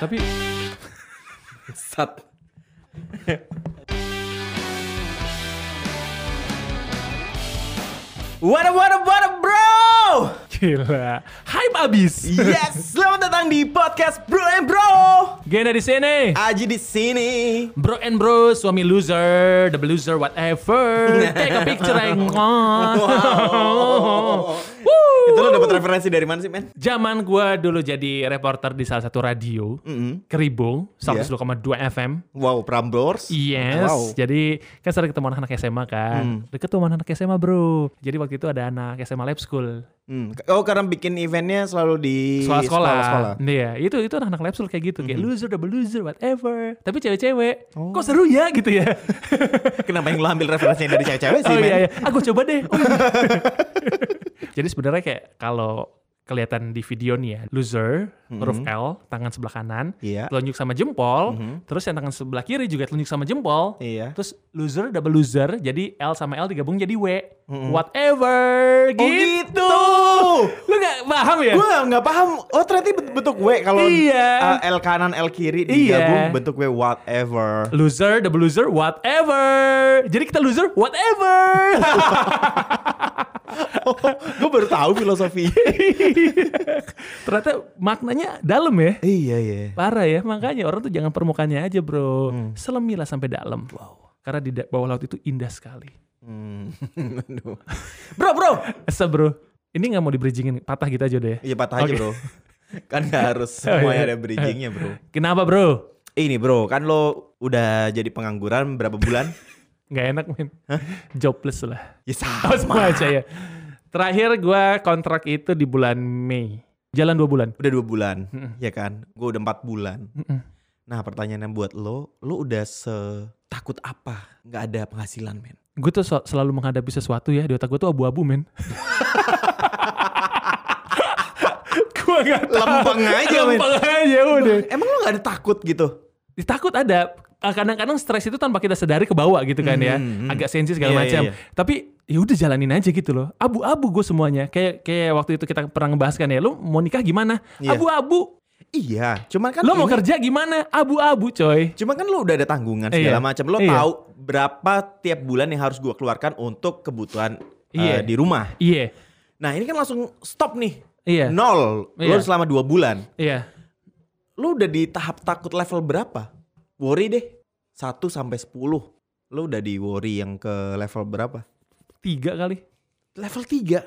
Tapi Sat. What up, bro? gila, hype abis. Yes, selamat datang di podcast Bro and Bro. Gena di sini. Aji di sini. Bro and bro, suami loser, double loser, whatever. Take a picture and Itu lo dapet referensi dari mana sih, men? Zaman gua dulu jadi reporter di salah satu radio, Keribung, 102 FM. Wow, Prambors. Yes, Wow. jadi kan sering ketemu anak SMA kan. Deket tuh sama anak SMA bro. Jadi waktu itu ada anak SMA Lab School. Oh, karena bikin eventnya selalu di Sekolah-sekolah. Iya, itu anak-anak lab school kayak gitu, kayak loser, double loser, whatever. Tapi cewek-cewek, kok seru ya gitu ya. Kenapa yang lo ambil referensinya dari cewek-cewek sih, Oh men? iya, aku coba deh. Jadi sebenarnya kayak kalau kelihatan di video nih ya, loser, huruf L, tangan sebelah kanan, Iya. telunjuk sama jempol, terus yang tangan sebelah kiri juga telunjuk sama jempol. Iya. Terus loser, double loser, jadi L sama L digabung jadi W. Whatever, Oh gitu. Lu gak paham ya? Gue nggak paham. Oh ternyata bentuk W kalau Iya. L kanan L kiri Iya. digabung bentuk W, whatever. Loser, double loser, whatever. Jadi kita loser, whatever. Gue baru tahu filosofi. Ternyata maknanya dalam ya. Iya. Parah ya, makanya orang tuh jangan permukaannya aja bro. Selemilah sampai dalam. Wow. Karena di bawah laut itu indah sekali. Aduh. Bro. Asa bro, ini gak mau di bridgingin, patah gitu aja deh. Iya patah aja Oke. bro. Kan gak harus semuanya ada bridgingnya bro. Kenapa bro? Ini bro, kan lo udah jadi pengangguran berapa bulan? Gak enak men. Jobless lah. Ya Oh, sama. semua aja ya. Terakhir gue kontrak itu di bulan Mei. Jalan 2 bulan. Udah 2 bulan, ya kan? Gue udah 4 bulan. Nah pertanyaannya buat lo udah setakut apa gak ada penghasilan, men? Gue tuh selalu menghadapi sesuatu ya, di otak gue tuh abu-abu men. Gue gak tahu. Lempeng aja, men. Lempeng aja udah. Emang lo gak ada takut gitu? Takut ada. Kadang-kadang stres itu tanpa kita sadari ke bawah gitu kan ya. Agak sensi segala Iya, macam. iya. Tapi ya udah jalanin aja gitu loh. Abu-abu gue semuanya. Kayak waktu itu kita pernah ngebahas kan ya. Lu mau nikah gimana? Iya. Abu-abu. Iya, cuman kan Lu mau ini- kerja gimana? Abu-abu coy. Cuman kan lo udah ada tanggungan segala Iya. macam. Lo Iya. tahu berapa tiap bulan yang harus gua keluarkan untuk kebutuhan Iya. di rumah. Iya. Nah ini kan langsung stop nih. Iya. 0. Lo Iya. selama 2 bulan. Iya. Lo udah di tahap takut level berapa? Worry deh. 1 sampai 10. Lo udah di worry yang ke level berapa? 3 kali. Level 3.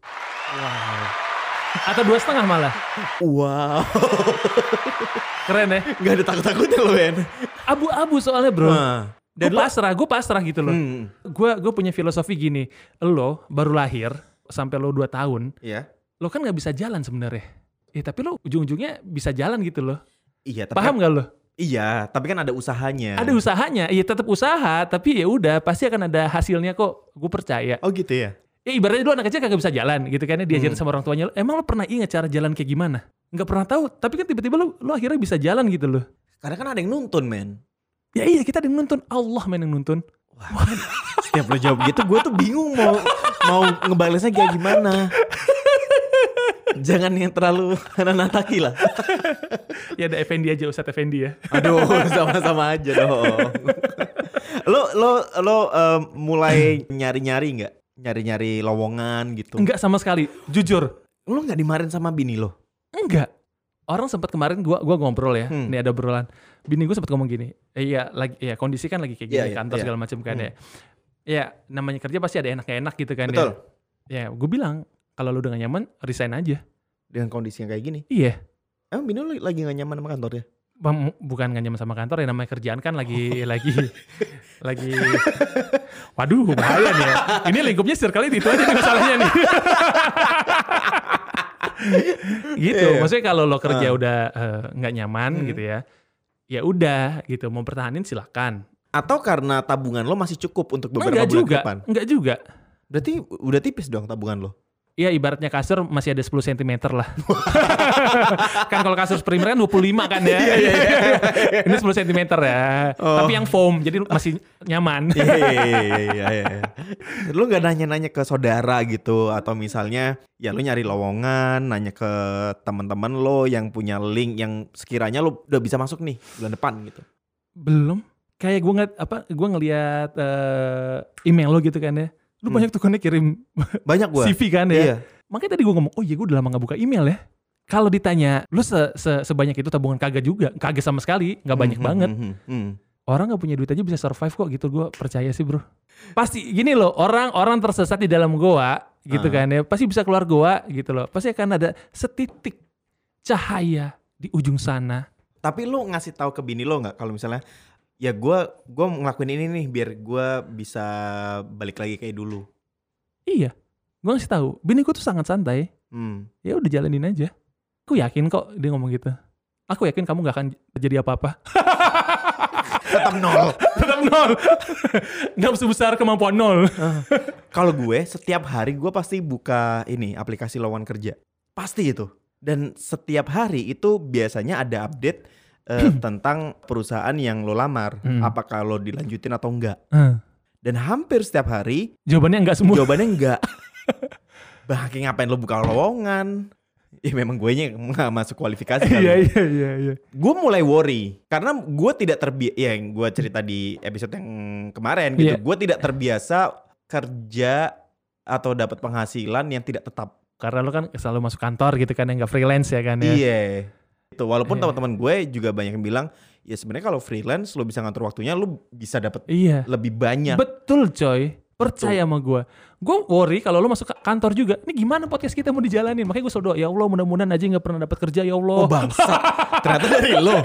Atau 2,5 malah. Wow. Keren ya. Gak ada takut-takutnya lo, Ben. Abu-abu soalnya bro. Nah. Dan gue pasrah gitu loh. Gue punya filosofi gini. Lo baru lahir sampai lo 2 tahun. Iya. Lo kan gak bisa jalan sebenarnya. Tapi lo ujung-ujungnya bisa jalan gitu loh. Iya, tapi Paham kan, gak lo? iya, tapi kan ada usahanya. Ada usahanya, iya tetap usaha, tapi ya udah pasti akan ada hasilnya kok. Gue percaya. Oh gitu ya. Ya ibaratnya dulu anak kecil kagak bisa jalan gitu kan, diajarin sama orang tuanya. Emang lo pernah ingat cara jalan kayak gimana? Nggak pernah tahu, tapi kan tiba-tiba lo akhirnya bisa jalan gitu loh. Karena kan ada yang nuntun, men. Ya iya, kita ada yang nuntun, Allah men yang nuntun. Setiap lo jawab gitu, gue tuh bingung mau ngebalesnya kayak gimana. Jangan yang terlalu nanataki lah. Ya ada Effendi aja, Ustadz Effendi ya. Aduh, sama-sama aja dong. Lo mulai nyari-nyari nggak? Nyari-nyari lowongan gitu. Enggak sama sekali, jujur. Lo nggak dimarahin sama bini lo? Enggak. Orang sempat kemarin gua ngobrol ya. Ini ada obrolan. Bini gue sempat ngomong gini. Iya, lagi ya kondisi kan lagi kayak gini, Iya, kantor iya. segala macam kan ya. Ya, namanya kerja pasti ada enak-enak gitu kan Betul. ya. Ya, gue bilang kalau lu udah gak nyaman, resign aja. Dengan kondisi yang kayak gini. Iya. Emang bini lo lagi gak nyaman sama kantornya? Bukan gak nyaman sama kantor ya, namanya kerjaan kan lagi waduh bahaya nih ya. Ini lingkupnya circle itu aja nih masalahnya nih. Gitu, Iya. maksudnya kalau lo kerja udah nggak nyaman gitu ya udah gitu, mau pertahanin silakan. Atau karena tabungan lo masih cukup untuk beberapa Enggak bulan juga, ke depan? enggak juga. Berarti udah tipis dong tabungan lo? Iya ibaratnya kasur masih ada 10 cm lah. Kan kalau kasur Premier kan 25 kan ya. Ini 10 cm ya. Tapi yang foam jadi masih nyaman. Iya. Lu gak nanya-nanya ke saudara gitu, atau misalnya ya lu nyari lowongan, nanya ke teman-teman lo yang punya link yang sekiranya lu udah bisa masuk nih bulan depan gitu? Belum. Kayak gue ngeliat email lo gitu kan ya. Lu banyak tuh kan kirim banyak gua CV kan ya. Iya. Makanya tadi gue ngomong, oh iya gue udah lama gak buka email ya. Kalau ditanya, lu sebanyak itu tabungan kagak juga. Kagak sama sekali, gak banyak banget. Orang gak punya duit aja bisa survive kok gitu, gue percaya sih bro. Pasti gini loh, orang tersesat di dalam goa gitu kan ya. Pasti bisa keluar goa gitu loh. Pasti akan ada setitik cahaya di ujung sana. Tapi lu ngasih tahu ke bini lo gak kalau misalnya, ya gue ngelakuin ini nih biar gue bisa balik lagi kayak dulu? Iya, gue ngasih tahu. Bini gue tuh sangat santai. Ya udah jalanin aja. Aku yakin kok dia ngomong gitu. Aku yakin kamu gak akan terjadi apa-apa. Tetap nol. Tetap nol. Gak sebesar kemampuan nol. Kalau gue setiap hari gue pasti buka ini aplikasi lowongan kerja. Pasti itu. Dan setiap hari itu biasanya ada update tentang perusahaan yang lo lamar, apakah lo dilanjutin atau enggak. Dan hampir setiap hari jawabannya enggak semua. Jawabannya enggak. Bahkan ngapain lo buka lowongan? Ya memang gue nya gak masuk kualifikasi kan. Iya. Gue mulai worry karena gue tidak terbiasa, ya yang gue cerita di episode yang kemarin gitu. Gue tidak terbiasa kerja atau dapat penghasilan yang tidak tetap. Karena lo kan selalu masuk kantor gitu kan, yang gak freelance ya kan ya. Iya. Itu walaupun teman-teman gue juga banyak yang bilang ya sebenarnya kalau freelance lo bisa ngatur waktunya, lo bisa dapat lebih banyak. Betul coy, percaya sama gue. Gue worry kalau lo masuk kantor juga. Ini gimana podcast kita mau dijalanin? Makanya gue selalu doa, ya Allah mudah-mudahan aja nggak pernah dapat kerja ya Allah. Oh bangsa, ternyata dari lo.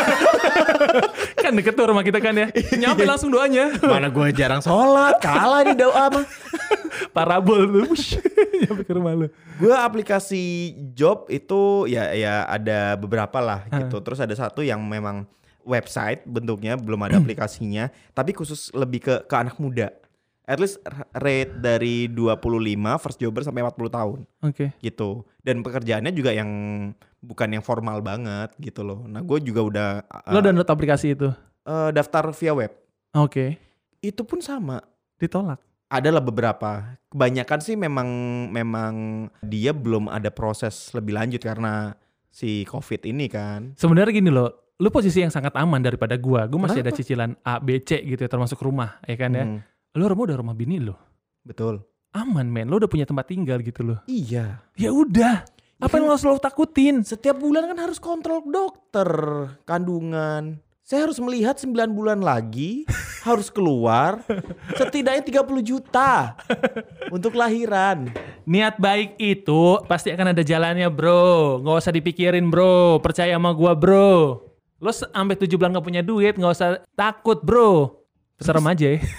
Kan deket tuh rumah kita kan ya. Nyampe langsung doanya. Mana gue jarang sholat, kalah di doa mah. Parabol tuh, nyampe ke rumah lo. Gue aplikasi job itu ya ada beberapa lah gitu. Terus ada satu yang memang website bentuknya, belum ada aplikasinya, tapi khusus lebih ke anak muda. At least rate dari 25 first jobber sampai 40 tahun. Oke. Gitu. Dan pekerjaannya juga yang bukan yang formal banget gitu loh. Nah gue juga udah lo download aplikasi itu? Daftar via web. Oke. Itu pun sama. Ditolak? Adalah beberapa. Kebanyakan sih memang dia belum ada proses lebih lanjut karena si COVID ini kan. Sebenarnya gini loh, lu posisi yang sangat aman daripada gua. Gua masih ada cicilan A, B, C gitu ya, termasuk rumah ya kan ya. Lu udah rumah bini lo. Betul. Aman men, lu udah punya tempat tinggal gitu loh. Iya. Ya udah. Apa yang lo selalu takutin? Setiap bulan kan harus kontrol dokter kandungan. Saya harus melihat 9 bulan lagi, harus keluar setidaknya 30 juta untuk lahiran. Niat baik itu pasti akan ada jalannya bro. Gak usah dipikirin bro, percaya sama gua bro. Lo sampai 7 bulan gak punya duit, gak usah takut bro. Serem aja ya.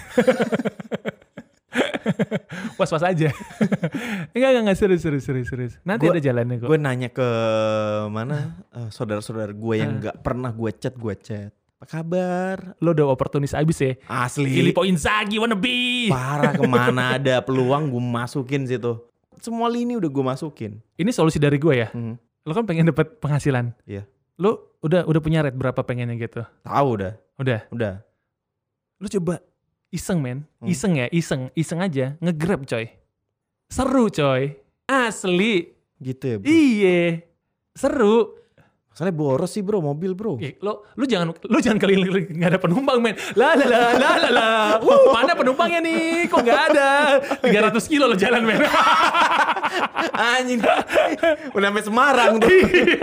Was-was aja. Enggak serius. Nanti ada jalannya kok. Gue nanya ke mana saudara-saudara gue yang gak pernah gue chat. Apa kabar? Lo udah oportunis abis ya? Asli. Filippo Inzaghi wannabe. Parah, kemana ada peluang gue masukin situ. Semua lini udah gue masukin. Ini solusi dari gue ya. Lo kan pengen dapat penghasilan. Iya. Lo udah punya rate berapa pengennya gitu? Tahu udah. Udah. Lo coba iseng men. Iseng aja. Nge-grab coy. Seru coy. Asli. Gitu ya bro? Iya. Seru. Masalahnya boros sih bro, mobil bro. Lu jangan keliling-keliling nggak ada penumpang men. La. Mana penumpangnya nih? Kok nggak ada? 300 kilo lo jalan men. Anjing. Udah sampai Semarang tuh.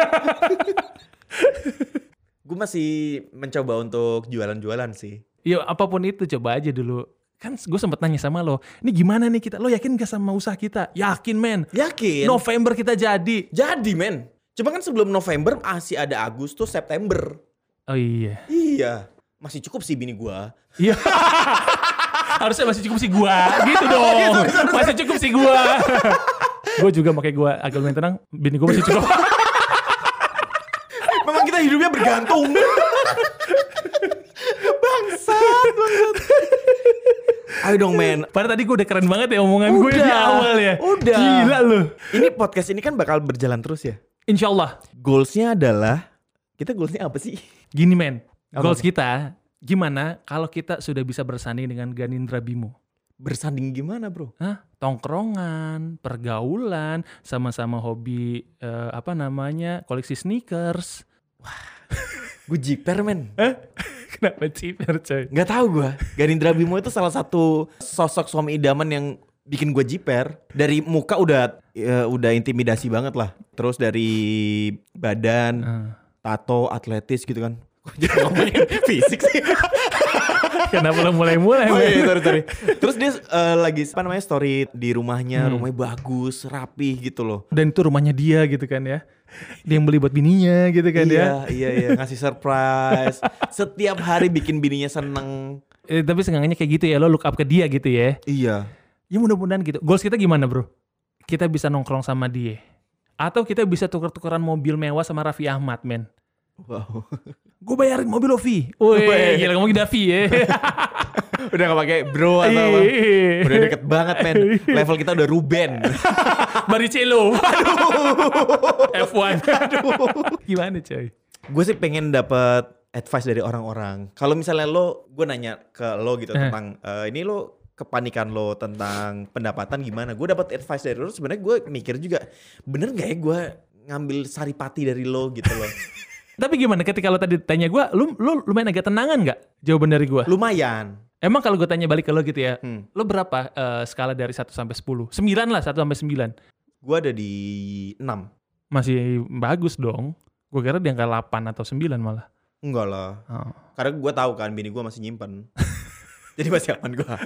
Gue masih mencoba untuk jualan sih. Ya apapun itu coba aja dulu. Kan gue sempet nanya sama lo, ini gimana nih kita? Lo yakin gak sama usaha kita? Yakin men. Yakin. November kita jadi. Jadi men. Cuma kan sebelum November masih ada Agustus, September. Oh iya. Iya. Masih cukup sih bini gua. Iya. Harusnya masih cukup sih gua. Gitu dong. Masih cukup sih gua. Gue juga makanya gua agak lumayan tenang. Bini gua masih cukup. Memang kita hidupnya bergantung. Bangsat. Ayo dong men. Padahal tadi gue udah keren banget ya omongan gue di awal ya. Udah. Gila lu. Ini podcast ini kan bakal berjalan terus ya. Insyaallah. Goalsnya adalah, kita goalsnya apa sih? Gini men, Apa? goals kita gimana kalau kita sudah bisa bersanding dengan Ganindra Bimo? Bersanding gimana bro? Hah? Tongkrongan, pergaulan, sama-sama hobi koleksi sneakers. Gue jiper men. Kenapa ciper coy? Gak tahu gue. Ganindra Bimo itu salah satu sosok suami idaman yang bikin gue jiper. Dari muka udah intimidasi banget lah. Terus dari badan, tato, atletis gitu kan. Kok jadi ngomongin fisik sih? Kenapa lo mulai-mulai? Oh iya, sorry. Terus dia lagi story di rumahnya, rumahnya bagus, rapih gitu loh. Dan itu rumahnya dia gitu kan ya. Dia yang beli buat bininya gitu kan ya. Iya, ngasih surprise. Setiap hari bikin bininya seneng. Tapi seenggaknya kayak gitu ya, lo look up ke dia gitu ya. Iya. Ya mudah-mudahan gitu. Goals kita gimana bro? Kita bisa nongkrong sama dia. Atau kita bisa tuker-tukeran mobil mewah sama Raffi Ahmad men. Wow. Gue bayarin mobil lo Vi. Wih gila ngomongin Davi ya. Udah gak pakai bro atau apa. Udah deket banget men. Level kita udah Ruben. Barrichello. F1. Gimana coy? Gue sih pengen dapet advice dari orang-orang. Kalau misalnya gue nanya ke lo gitu tentang ini lo kepanikan lo tentang pendapatan gimana? Gue dapat advice dari lo. Sebenarnya gue mikir juga bener nggak ya gue ngambil saripati dari lo gitu loh. Tapi gimana ketika lo tadi tanya gue, lu lumayan agak tenangan nggak jawaban dari gue? Lumayan. Emang kalau gue tanya balik ke lo gitu ya, lo berapa skala dari 1 sampai 10? 9 lah, 1 sampai 9. Gue ada di 6. Masih bagus dong. Gue kira di angka 8 atau 9 malah. Enggak lah. Oh. Karena gue tahu kan bini gue masih nyimpen. Jadi masih aman gue.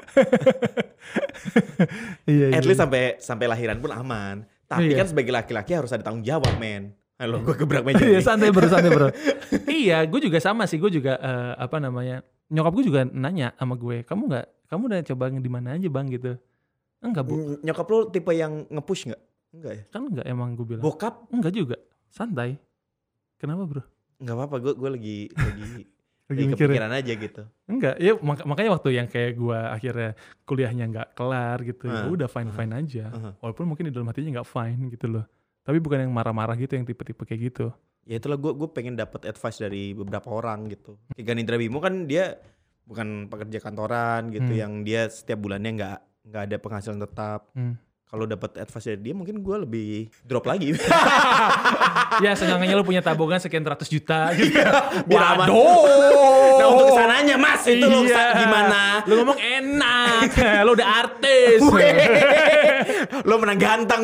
Iya. At least sampai lahiran pun aman. Tapi kan sebagai laki-laki harus ada tanggung jawab men. Halo, gue gebrak meja. Iya santai bro. Iya, gue juga sama sih. Gue juga nyokap gue juga nanya sama gue, kamu udah coba di mana aja bang gitu? Enggak bu. Nyokap lo tipe yang nge-push nggak? Enggak ya? Kan enggak emang gue bilang. Bokap? Enggak juga. Santai. Kenapa bro? Enggak apa-apa, gue lagi Lagi kepikiran aja gitu. Enggak, ya makanya waktu yang kayak gue akhirnya kuliahnya nggak kelar gitu, ya udah fine aja. Walaupun mungkin di dalam hatinya nggak fine gitu loh. Tapi bukan yang marah-marah gitu, yang tipe-tipe kayak gitu. Ya itulah gue pengen dapat advice dari beberapa orang gitu. Kayak Ganindra Bimo kan dia bukan pekerja kantoran gitu, yang dia setiap bulannya nggak ada penghasilan tetap. Kalau dapat advice dari dia mungkin gue lebih drop lagi. Ya seenggaknya lo punya tabungan sekian ratus juta gitu. Biar aman. Nah untuk kesananya mas itu lo gimana? Lo ngomong enak. Lo udah artis. Lo menang ganteng.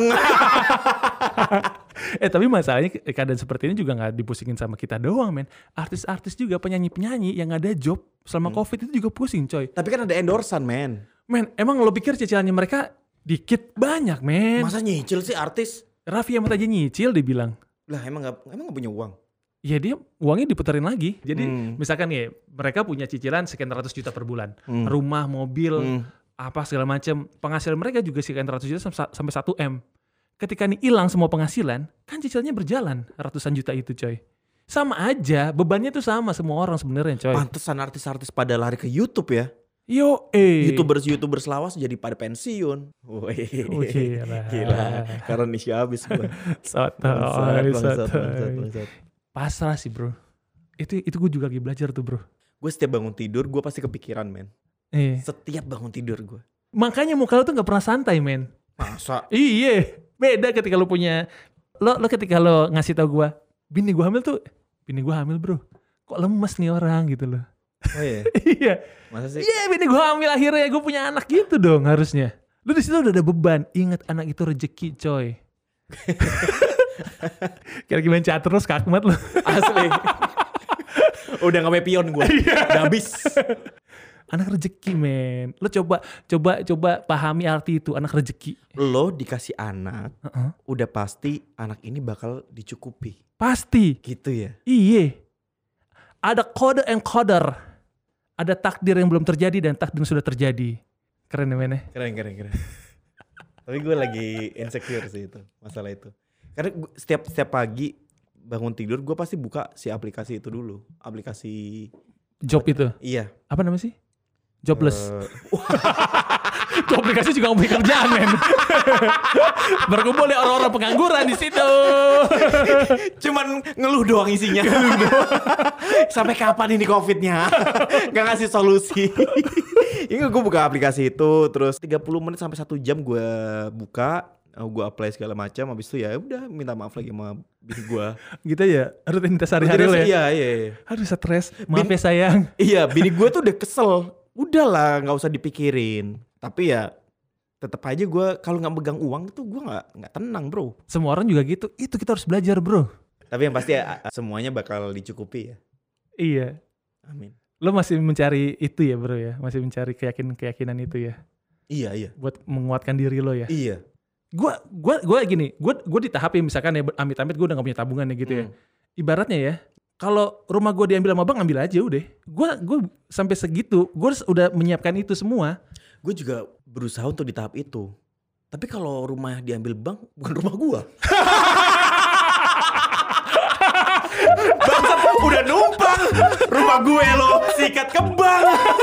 Tapi masalahnya keadaan seperti ini juga gak dipusingin sama kita doang men. Artis-artis juga, penyanyi-penyanyi yang ada job selama covid itu juga pusing coy. Tapi kan ada endorsan men. Men emang lo pikir cicilannya mereka dikit banyak men? Masa nyicil sih artis? Raffi Ahmad aja nyicil dibilang. Lah emang gak punya uang? Ya dia uangnya diputerin lagi. Jadi misalkan ya mereka punya cicilan sekian ratus juta per bulan. Rumah, mobil, apa segala macam. Penghasilan mereka juga sekian ratus juta sampai 1 M. Ketika nih hilang semua penghasilan, kan cicilannya berjalan ratusan juta itu coy. Sama aja, bebannya tuh sama semua orang sebenarnya coy. Pantesan artis-artis pada lari ke YouTube ya. YouTubers lawas jadi pada pensiun. Gila. Karena Nisha habis gue. Bangsat. Pasrah sih bro. Itu gue juga lagi belajar tuh bro. Gue setiap bangun tidur gue pasti kepikiran men. Setiap bangun tidur gue. Makanya muka lo tuh gak pernah santai men. Masa? Iya. Beda ketika lo punya. Lo ketika lo ngasih tau gue, bini gue hamil bro. Kok lemes nih orang gitu loh. Oh iya? Iya. Masa sih? Iya bini gue hamil akhirnya gue punya anak gitu dong harusnya. Lu di situ udah ada beban. Ingat anak itu rezeki coy. Kira main catur terus kakmat lu. Asli. Udah gak pion gue. Udah habis. Anak rezeki men. Lo coba pahami arti itu anak rezeki. Lo dikasih anak, udah pasti anak ini bakal dicukupi. Pasti. Gitu ya? Iya. Ada kode and qadar. Ada takdir yang belum terjadi dan takdir yang sudah terjadi. Keren ya men. Keren. Tapi gue lagi insecure sih itu, masalah itu. Karena setiap pagi bangun tidur gue pasti buka si aplikasi itu dulu. Aplikasi job itu. Iya. Apa namanya sih? Jobless. Itu aplikasi juga nggak punya kerjaan, men. Berkumpul deh orang-orang pengangguran di situ. Cuman ngeluh doang isinya. Sampai kapan ini COVID-nya? Gak ngasih solusi. Ini gue buka aplikasi itu, terus 30 menit sampai 1 jam gue buka, gue apply segala macam, habis itu ya udah minta maaf lagi sama bini gue. Gitu ya, rutinitas sehari-hari lo ya. Iya. Aduh stres, maaf ya sayang. Iya, bini gue tuh udah kesel. Udahlah, nggak usah dipikirin. Tapi ya tetap aja gue kalau nggak megang uang tuh gue nggak tenang, bro. Semua orang juga gitu. Itu kita harus belajar, bro. Tapi yang pasti ya, semuanya bakal dicukupi ya. Iya. Amin. Lo masih mencari itu ya, bro ya. Masih mencari keyakinan itu ya. Iya. Buat menguatkan diri lo ya. Iya. Gue gini. Gue di tahap yang misalkan ya amit-amit gue udah gak punya tabungan ya gitu ya. Ibaratnya ya. Kalau rumah gue diambil sama bank, ambil aja udah. Gue sampai segitu, gue udah menyiapkan itu semua. Gue juga berusaha untuk di tahap itu. Tapi kalau rumah diambil bank, bukan rumah gue. Bangsat, udah numpang. Rumah gue lo sikat ke bank.